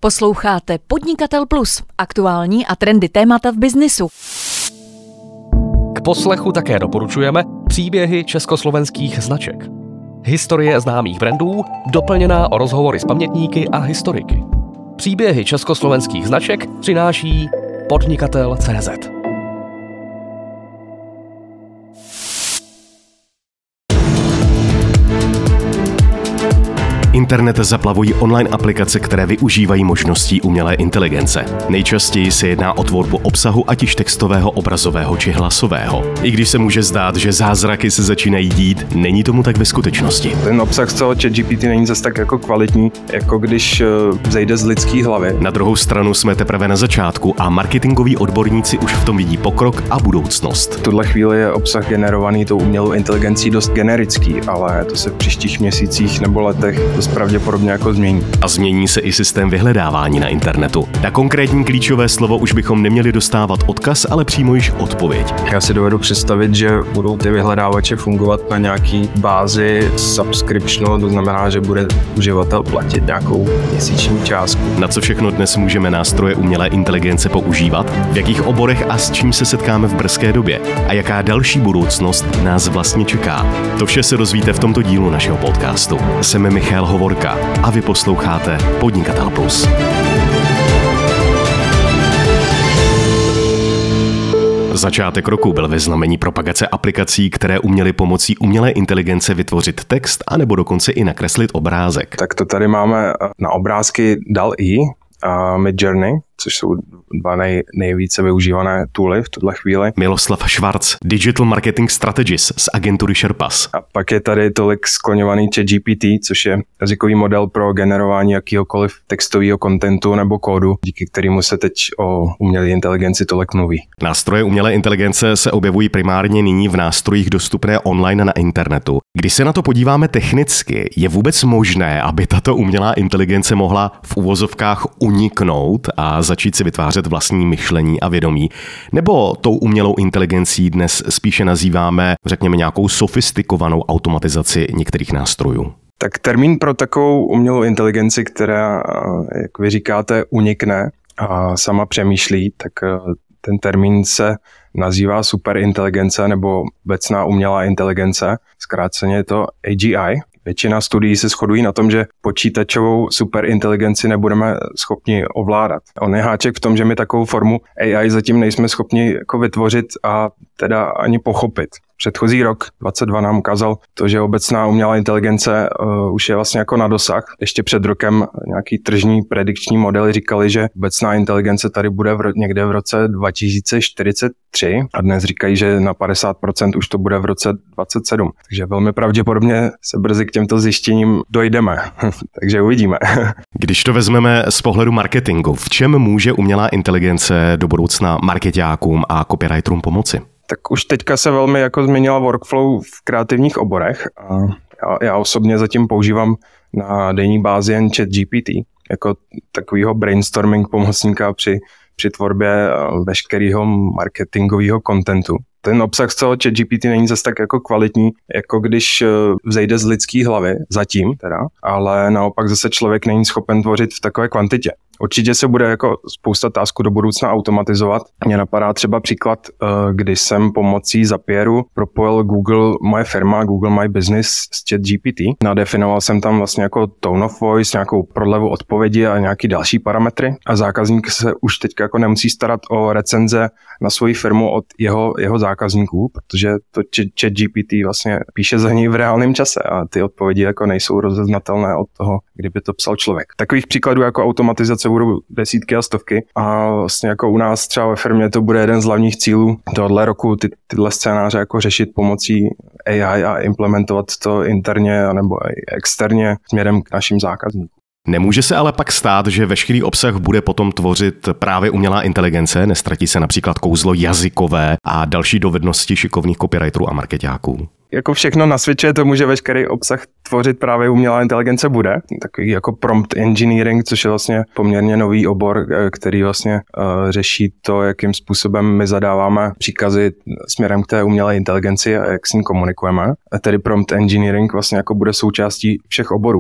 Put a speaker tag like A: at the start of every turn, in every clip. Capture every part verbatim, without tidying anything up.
A: Posloucháte Podnikatel plus, aktuální a trendy témata v biznisu.
B: K poslechu také doporučujeme příběhy československých značek. Historie známých brandů, doplněná o rozhovory s pamětníky a historiky. Příběhy československých značek přináší Podnikatel tečka cé zet.
C: Internet zaplavují online aplikace, které využívají možností umělé inteligence. Nejčastěji se jedná o tvorbu obsahu, ať již textového, obrazového či hlasového. I když se může zdát, že zázraky se začínají dít, není tomu tak ve skutečnosti.
D: Ten obsah z toho ChatGPT není zase tak jako kvalitní, jako když vzejde z lidský hlavy.
C: Na druhou stranu jsme teprve na začátku a marketingoví odborníci už v tom vidí pokrok a budoucnost.
D: V tuhle chvíli je obsah generovaný tou umělou inteligencí dost generický, ale to se v příštích měsících nebo letech pravděpodobně jako změní.
C: A změní se i systém vyhledávání na internetu. Na konkrétní klíčové slovo už bychom neměli dostávat odkaz, ale přímo již odpověď.
D: Já si dovedu představit, že budou ty vyhledávače fungovat na nějaký bázi subscriptionu, to znamená, že bude uživatel platit nějakou měsíční částku.
C: Na co všechno dnes můžeme nástroje umělé inteligence používat? V jakých oborech a s čím se setkáme v brzké době? A jaká další budoucnost nás vlastně čeká? To vše se dozvíte v tomto dílu našeho podcastu. Jsem Michal Hovorka a vy posloucháte Podnikatel plus. Začátek roku byl ve znamení propagace aplikací, které uměly pomocí umělé inteligence vytvořit text anebo dokonce i nakreslit obrázek.
D: Tak to tady máme na obrázky D A L L-E a Midjourney, což jsou dva nej, nejvíce využívané tooly v tuhle chvíli.
C: Miloslav Švarc, Digital Marketing Strategist z agentury Sherpas.
D: A pak je tady tolik skloňovaný ChatGPT, což je jazykový model pro generování jakýhokoliv textového kontentu nebo kódu, díky kterému se teď o umělé inteligenci tolik mluví.
C: Nástroje umělé inteligence se objevují primárně nyní v nástrojích dostupné online na internetu. Když se na to podíváme technicky, je vůbec možné, aby tato umělá inteligence mohla v uvozovkách uniknout a začít si vytvářet vlastní myšlení a vědomí? Nebo tou umělou inteligencí dnes spíše nazýváme, řekněme, nějakou sofistikovanou automatizaci některých nástrojů?
D: Tak termín pro takovou umělou inteligenci, která, jak vy říkáte, unikne a sama přemýšlí, tak ten termín se nazývá superinteligence nebo obecná umělá inteligence. Zkráceně je to A G I. Většina studií se shodují na tom, že počítačovou superinteligenci nebudeme schopni ovládat. On je háček v tom, že my takovou formu A I zatím nejsme schopni jako vytvořit a teda ani pochopit. Předchozí rok dvacet dva nám ukázal to, že obecná umělá inteligence uh, už je vlastně jako na dosah. Ještě před rokem nějaký tržní predikční modely říkali, že obecná inteligence tady bude v ro- někde v roce dva tisíce čtyřicet tři a dnes říkají, že na padesát procent už to bude v roce dvacet sedm. Takže velmi pravděpodobně se brzy k těmto zjištěním dojdeme. Takže uvidíme.
C: Když to vezmeme z pohledu marketingu, v čem může umělá inteligence do budoucna marketákům a copywriterům pomoci?
D: Tak už teďka se velmi jako změnila workflow v kreativních oborech. A já, já osobně zatím používám na denní bázi jen ChatGPT jako takového brainstorming pomocníka při, při tvorbě veškerého marketingového contentu. Ten obsah z toho ChatGPT není zase tak jako kvalitní, jako když vzejde z lidský hlavy, zatím teda, ale naopak zase člověk není schopen tvořit v takové kvantitě. Určitě se bude jako spousta tasků do budoucna automatizovat. Mně napadá třeba příklad, kdy jsem pomocí Zapieru propojil Google Moje firma, Google My Business s ChatGPT. Nadefinoval jsem tam vlastně jako tone of voice, nějakou prodlevu odpovědi a nějaký další parametry. A zákazník se už teďka jako nemusí starat o recenze na svoji firmu od jeho, jeho zákazníků, protože to ChatGPT vlastně píše za něj v reálném čase a ty odpovědi jako nejsou rozeznatelné od toho, kdyby to psal člověk. Takových příkladů jako automatizace budou desítky a stovky a vlastně jako u nás třeba ve firmě to bude jeden z hlavních cílů tohoto roku ty, tyhle scénáře jako řešit pomocí A I a implementovat to interně nebo externě směrem k našim zákazníkům.
C: Nemůže se ale pak stát, že veškerý obsah bude potom tvořit právě umělá inteligence, nestratí se například kouzlo jazykové a další dovednosti šikovných copywriterů a marketáků?
D: Jako všechno nasvědčuje tomu, že veškerý obsah tvořit právě umělá inteligence bude. Takový jako prompt engineering, což je vlastně poměrně nový obor, který vlastně uh, řeší to, jakým způsobem my zadáváme příkazy směrem k té umělé inteligenci a jak s ní komunikujeme. A tedy prompt engineering vlastně jako bude součástí všech oborů.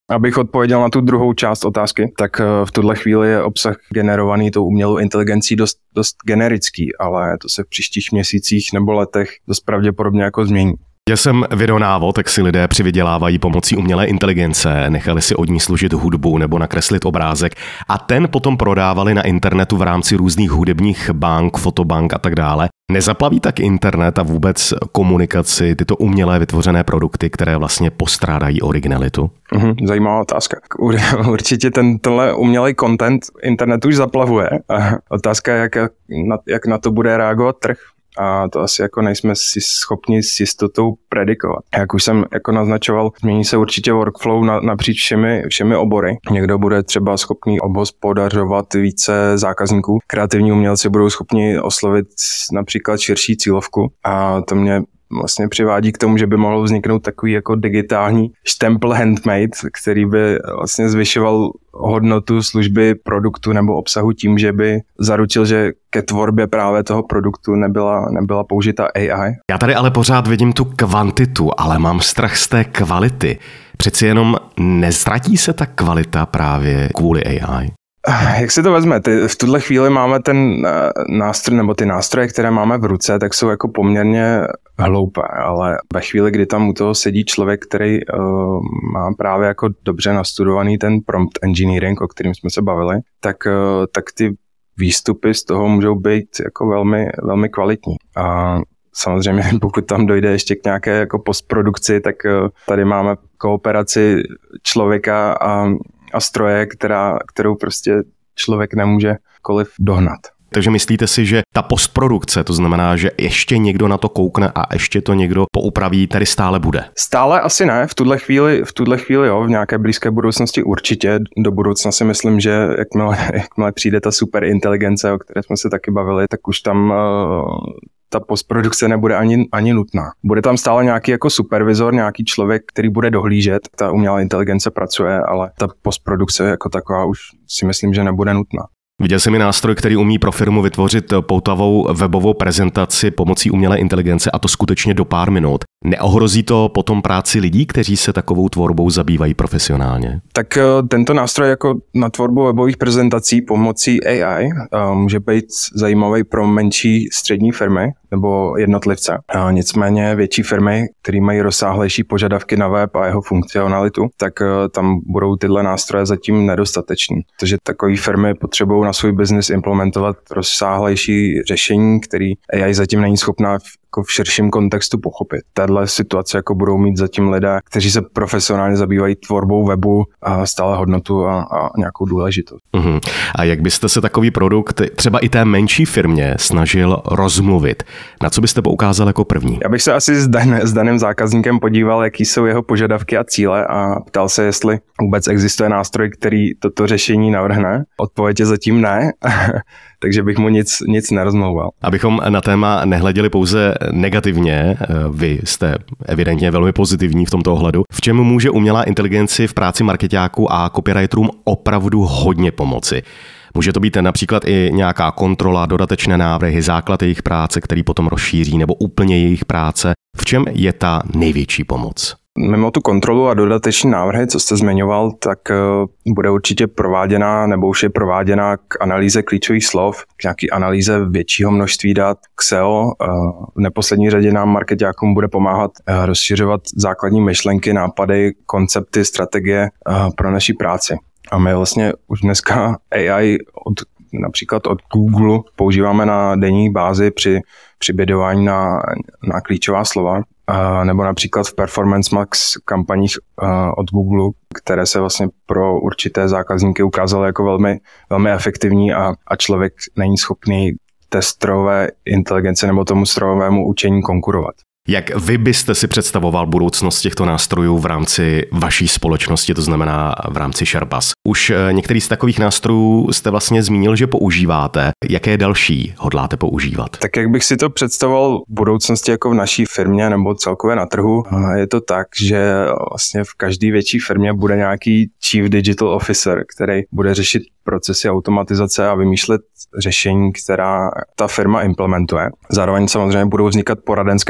D: Abych odpověděl na tu druhou část otázky, tak v tuhle chvíli je obsah generovaný tou umělou inteligencí dost, dost generický, ale to se v příštích měsících nebo letech dost pravděpodobně jako změní.
C: Já jsem videonávod, jak si lidé přivydělávají pomocí umělé inteligence, nechali si od ní složit hudbu nebo nakreslit obrázek a ten potom prodávali na internetu v rámci různých hudebních bank, fotobank a tak dále. Nezaplaví tak internet a vůbec komunikaci tyto umělé vytvořené produkty, které vlastně postrádají originalitu?
D: Mhm, zajímavá otázka. Určitě ten, tenhle umělej content internet už zaplavuje. Otázka je, jak na, jak na to bude reagovat trh. A to asi jako nejsme si schopni s jistotou predikovat. Jak už jsem jako naznačoval, změní se určitě workflow na, napříč všemi, všemi obory. Někdo bude třeba schopný obhospodařovat více zákazníků. Kreativní umělci budou schopni oslovit například širší cílovku. A to mě vlastně přivádí k tomu, že by mohl vzniknout takový jako digitální štempl handmade, který by vlastně zvyšoval hodnotu služby, produktu nebo obsahu tím, že by zaručil, že ke tvorbě právě toho produktu nebyla, nebyla použita A I.
C: Já tady ale pořád vidím tu kvantitu, ale mám strach z té kvality. Přeci jenom neztratí se ta kvalita právě kvůli A I?
D: Jak si to vezme? Ty, v tuhle chvíli máme ten nástroj, nebo ty nástroje, které máme v ruce, tak jsou jako poměrně hloupé, ale ve chvíli, kdy tam u toho sedí člověk, který uh, má právě jako dobře nastudovaný ten prompt engineering, o kterým jsme se bavili, tak, uh, tak ty výstupy z toho můžou být jako velmi, velmi kvalitní. A samozřejmě, pokud tam dojde ještě k nějaké jako postprodukci, tak uh, tady máme kooperaci člověka a a stroje, která, kterou prostě člověk nemůže koliv dohnat.
C: Takže myslíte si, že ta postprodukce, to znamená, že ještě někdo na to koukne a ještě to někdo poupraví, tady stále bude?
D: Stále asi ne, v tuhle chvíli, v tuhle chvíli jo, v nějaké blízké budoucnosti určitě. Do budoucna si myslím, že jakmile, jakmile přijde ta super inteligence, o které jsme se taky bavili, tak už tam uh, ta postprodukce nebude ani, ani nutná. Bude tam stále nějaký jako supervizor, nějaký člověk, který bude dohlížet, ta umělá inteligence pracuje, ale ta postprodukce jako taková už si myslím, že nebude nutná.
C: Viděl jsem i nástroj, který umí pro firmu vytvořit poutavou webovou prezentaci pomocí umělé inteligence a to skutečně do pár minut. Neohrozí to potom práci lidí, kteří se takovou tvorbou zabývají profesionálně?
D: Tak tento nástroj jako na tvorbu webových prezentací pomocí A I může být zajímavý pro menší střední firmy nebo jednotlivce. Nicméně větší firmy, které mají rozsáhlejší požadavky na web a jeho funkcionalitu, tak tam budou tyhle nástroje zatím nedostateční. Protože takové firmy potřebují na svůj biznis implementovat rozsáhlejší řešení, který A I zatím není schopná jako v širším kontextu pochopit. Tahle situace jako budou mít zatím lidé, kteří se profesionálně zabývají tvorbou webu a stále hodnotu a, a nějakou důležitost.
C: Uhum. A jak byste se takový produkt třeba i té menší firmě snažil rozmluvit? Na co byste poukázal jako první?
D: Já bych se asi s, dan, s daným zákazníkem podíval, jaký jsou jeho požadavky a cíle a ptal se, jestli vůbec existuje nástroj, který toto řešení navrhne. Odpověď je zatím ne. Takže bych mu nic, nic nerozmlouval.
C: Abychom na téma nehleděli pouze negativně, vy jste evidentně velmi pozitivní v tomto ohledu. V čem může umělá inteligenci v práci markeťáků a copywriterům opravdu hodně pomoci? Může to být například i nějaká kontrola, dodatečné návrhy, základ jejich práce, který potom rozšíří, nebo úplně jejich práce. V čem je ta největší pomoc?
D: Mimo tu kontrolu a dodateční návrhy, co jste zmiňoval, tak bude určitě prováděná nebo už je prováděna k analýze klíčových slov, k nějaký analýze většího množství dat, k S E O. V neposlední řadě nám markeťákům bude pomáhat rozšiřovat základní myšlenky, nápady, koncepty, strategie pro naši práci. A my vlastně už dneska A I od, například od Google používáme na denní bázi při, při bědování na, na klíčová slova. Uh, nebo například v Performance Max kampaních uh, od Google, které se vlastně pro určité zákazníky ukázaly jako velmi, velmi efektivní a, a člověk není schopný té strojové inteligence nebo tomu strojovému učení konkurovat.
C: Jak vy byste si představoval budoucnost těchto nástrojů v rámci vaší společnosti, to znamená v rámci ShareBuzz? Už některý z takových nástrojů jste vlastně zmínil, že používáte. Jaké další hodláte používat?
D: Tak jak bych si to představoval v budoucnosti jako v naší firmě nebo celkově na trhu, je to tak, že vlastně v každé větší firmě bude nějaký Chief Digital Officer, který bude řešit procesy automatizace a vymýšlet řešení, která ta firma implementuje. Zároveň samozřejmě budou vznikat poradenské firmy,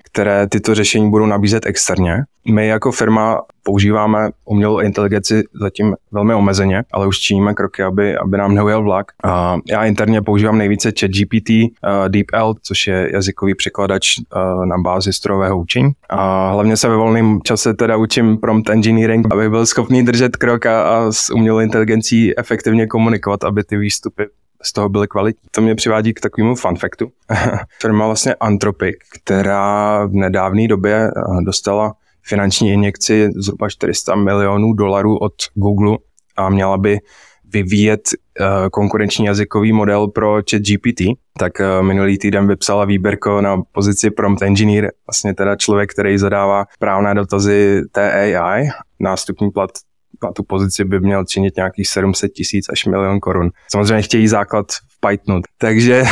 D: které tyto řešení budou nabízet externě. My jako firma používáme umělou inteligenci zatím velmi omezeně, ale už činíme kroky, aby, aby nám neujel vlak. Uh, já interně používám nejvíce ChatGPT, uh, DeepL, což je jazykový překladač uh, na bázi strojového učení. A hlavně se ve volném čase teda učím prompt engineering, aby byl schopný držet krok a, a s umělou inteligencí efektivně komunikovat, aby ty výstupy z toho byly kvalitní. To mě přivádí k takovému fun factu. Firma vlastně Anthropic, která v nedávné době dostala finanční injekci zhruba čtyři sta milionů dolarů od Google a měla by vyvíjet konkurenční jazykový model pro ChatGPT, tak minulý týden vypsala výběrko na pozici prompt engineer, vlastně teda člověk, který zadává správné dotazy té A I. Nástupní plat na tu pozici by měl činit nějakých sedm set tisíc až milion korun. Samozřejmě chtějí základ v Pythonu, takže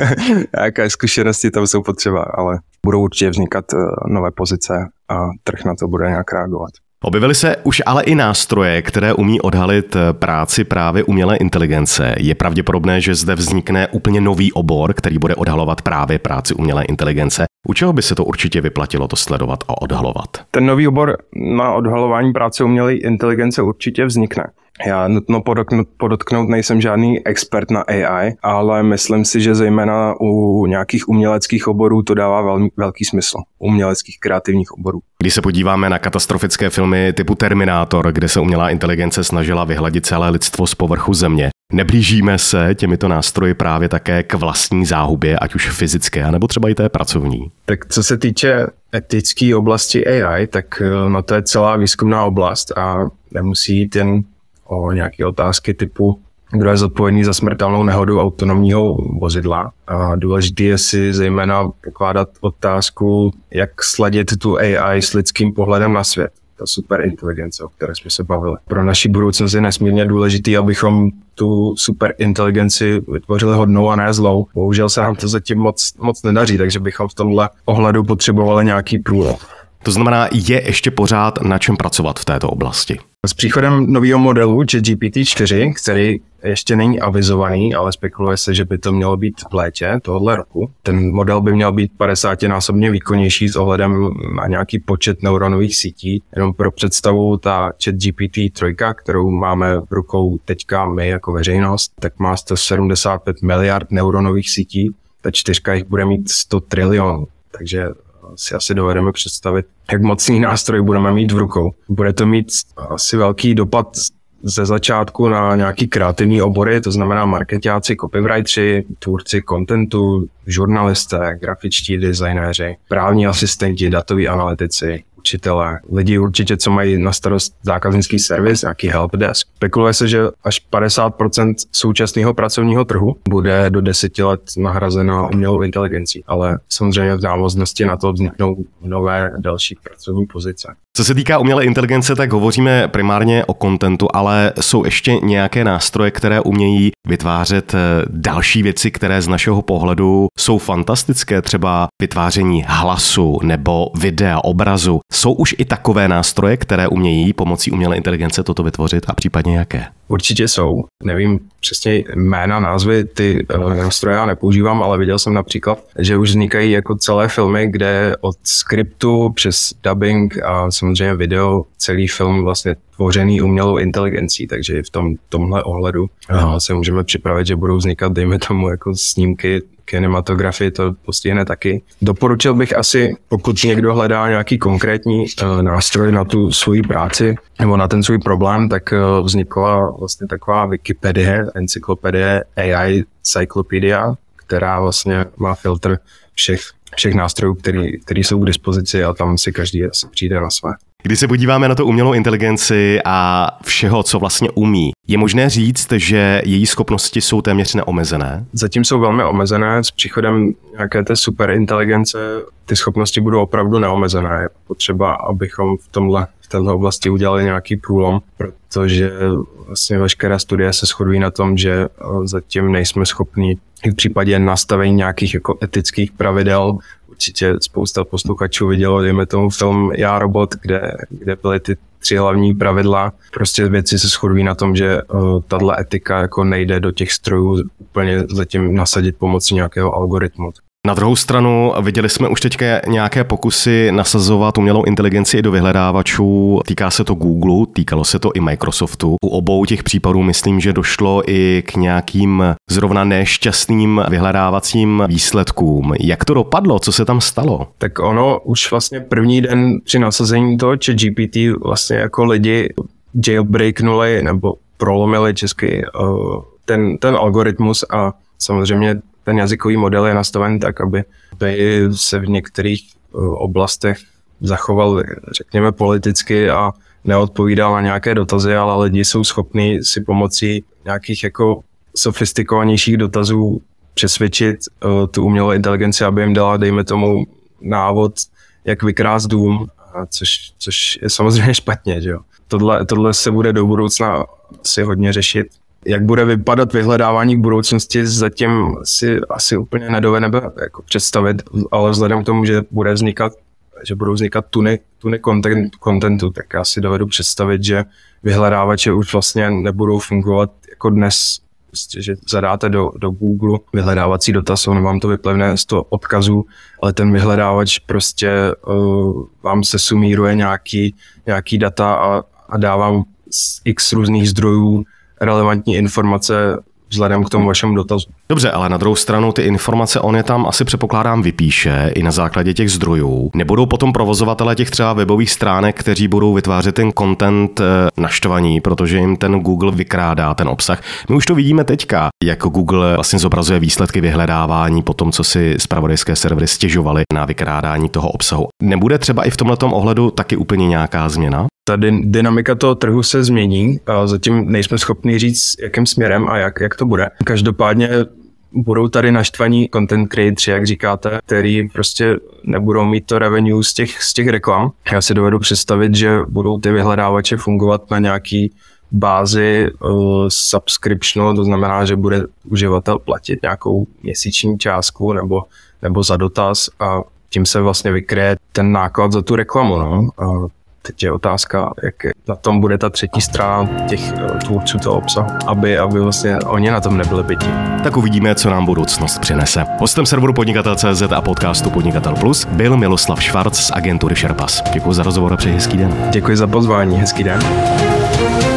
D: nějaké zkušenosti tam jsou potřeba, ale budou určitě vznikat nové pozice a trh na to bude nějak reagovat.
C: Objevily se už ale i nástroje, které umí odhalit práci právě umělé inteligence. Je pravděpodobné, že zde vznikne úplně nový obor, který bude odhalovat právě práci umělé inteligence. U čeho by se to určitě vyplatilo to sledovat a odhalovat?
D: Ten nový obor na odhalování práce umělé inteligence určitě vznikne. Já nutno podotknout, podotknout, nejsem žádný expert na A I, ale myslím si, že zejména u nějakých uměleckých oborů to dává velmi velký smysl. Uměleckých kreativních oborů.
C: Když se podíváme na katastrofické filmy typu Terminátor, kde se umělá inteligence snažila vyhladit celé lidstvo z povrchu země, neblížíme se těmito nástroji právě také k vlastní záhubě, ať už fyzické, anebo třeba i té pracovní?
E: Tak co se týče etické oblasti A I, tak no to je celá výzkumná oblast a nemusí jít jen o nějaké otázky typu, kdo je zodpovědný za smrtelnou nehodu autonomního vozidla. A důležité je si zejména pokládat otázku, jak sladit tu A I s lidským pohledem na svět. Ta superinteligence, o které jsme se bavili. Pro naši budoucnost je nesmírně důležitý, abychom tu superinteligenci vytvořili hodnou a ne zlou. Bohužel se nám to zatím moc, moc nedaří, takže bychom v tomhle ohledu potřebovali nějaký průlom.
C: To znamená, je ještě pořád na čem pracovat v této oblasti.
E: S příchodem nového modelu ChatGPT čtyři, který ještě není avizovaný, ale spekuluje se, že by to mělo být v létě tohoto roku. Ten model by měl být padesátinásobně výkonnější s ohledem na nějaký počet neuronových sítí. Jenom pro představu, ta ChatGPT tři, kterou máme v rukou teďka my jako veřejnost, tak má sto sedmdesát pět miliard neuronových sítí. Ta čtyřka jich bude mít sto trilionů. Takže si asi dovedeme představit, jak mocný nástroj budeme mít v rukou. Bude to mít asi velký dopad ze začátku na nějaký kreativní obory, to znamená marketáci, copywriteri, tvůrci contentu, žurnalisté, grafičtí designéři, právní asistenti, datoví analytici, učitelé, lidi určitě, co mají na starost zákaznický servis, nějaký helpdesk. Spekuluje se, že až padesát procent současného pracovního trhu bude do deseti let nahrazeno umělou inteligencí, ale samozřejmě v návaznosti na to vzniknou nové další pracovní pozice.
C: Co se týká umělé inteligence, tak hovoříme primárně o kontentu, ale jsou ještě nějaké nástroje, které umějí vytvářet další věci, které z našeho pohledu jsou fantastické, třeba vytváření hlasu nebo videa, obrazu. Jsou už i takové nástroje, které umějí pomocí umělé inteligence toto vytvořit a případně jaké?
E: Určitě jsou. Nevím přesně jména, názvy, ty uh, nástroje já nepoužívám, ale viděl jsem například, že už vznikají jako celé filmy, kde od skriptu přes dubbing a samozřejmě video, celý film vlastně tvořený umělou inteligencí, takže v tom, tomhle ohledu uh, se můžeme připravit, že budou vznikat, dejme tomu, jako snímky, kinematografii, to postihne taky. Doporučil bych asi, pokud někdo hledá nějaký konkrétní uh, nástroj na tu svoji práci nebo na ten svůj problém, tak uh, vznikla vlastně taková Wikipedie, encyklopedie A I Cyclopedia, která vlastně má filtr všech, všech nástrojů, který, který jsou k dispozici a tam si každý asi přijde na své.
C: Když se podíváme na tu umělou inteligenci a všeho, co vlastně umí, je možné říct, že její schopnosti jsou téměř neomezené?
E: Zatím jsou velmi omezené. S příchodem nějaké té superinteligence ty schopnosti budou opravdu neomezené. Je potřeba, abychom v tomhle v této oblasti udělali nějaký průlom, protože vlastně veškeré studie se shodují na tom, že zatím nejsme schopni v případě nastavení nějakých jako etických pravidel. Určitě spousta posluchačů vidělo, dejme tomu film Já, robot, kde, kde byly ty tři hlavní pravidla. Prostě věci se shodují na tom, že uh, tato etika jako nejde do těch strojů úplně zatím nasadit pomocí nějakého algoritmu.
C: Na druhou stranu viděli jsme už teďka nějaké pokusy nasazovat umělou inteligenci i do vyhledávačů. Týká se to Google, týkalo se to i Microsoftu. U obou těch případů myslím, že došlo i k nějakým zrovna nešťastným vyhledávacím výsledkům. Jak to dopadlo? Co se tam stalo?
E: Tak ono už vlastně první den při nasazení toho ChatGPT vlastně jako lidi jailbreaknuli nebo prolomili česky ten, ten algoritmus a samozřejmě ten jazykový model je nastaven tak, aby, aby se v některých oblastech zachoval, řekněme, politicky a neodpovídal na nějaké dotazy, ale lidi jsou schopni si pomocí nějakých jako sofistikovanějších dotazů přesvědčit uh, tu umělou inteligenci, aby jim dala, dejme tomu, návod, jak vykrást dům, což, což je samozřejmě špatně, že jo. Tohle, tohle se bude do budoucna si hodně řešit. Jak bude vypadat vyhledávání v budoucnosti, zatím si asi úplně nedovedeme jako představit, ale vzhledem k tomu, že bude vznikat, že budou vznikat tuny, tuny content, contentu, tak já si dovedu představit, že vyhledávače už vlastně nebudou fungovat jako dnes, prostě, že zadáte do, do Google vyhledávací dotaz, on vám to vyplivne z toho odkazu, ale ten vyhledávač prostě uh, vám se sumíruje nějaký, nějaký data a, a dá vám z x různých zdrojů relevantní informace vzhledem k tomu vašemu dotazu.
C: Dobře, ale na druhou stranu ty informace on je tam asi předpokládám vypíše i na základě těch zdrojů. Nebudou potom provozovatelé těch třeba webových stránek, kteří budou vytvářet ten content naštvaní, protože jim ten Google vykrádá ten obsah. My už to vidíme teďka, jak Google vlastně zobrazuje výsledky vyhledávání po tom, co si zpravodajské servery stěžovaly na vykrádání toho obsahu. Nebude třeba i v tomhletom ohledu taky úplně nějaká změna?
E: Ta dynamika toho trhu se změní a zatím nejsme schopni říct, jakým směrem a jak, jak to bude. Každopádně budou tady naštvaní content creators, jak říkáte, který prostě nebudou mít to revenue z těch, z těch reklam. Já si dovedu představit, že budou ty vyhledávače fungovat na nějaký bázi uh, subscriptionu, to znamená, že bude uživatel platit nějakou měsíční částku nebo, nebo za dotaz a tím se vlastně vykryje ten náklad za tu reklamu. No. Uh, Teď je otázka, jak na tom bude ta třetí strana těch tvůrců toho obsahu, aby, aby vlastně oni na tom nebyli byti.
C: Tak uvidíme, co nám budoucnost přinese. Hostem serveru Podnikatel tečka cé zet a podcastu Podnikatel Plus byl Miloslav Švarc z agentury Sherpas. Děkuji za rozhovor a přeji hezký den.
E: Děkuji za pozvání, hezký den.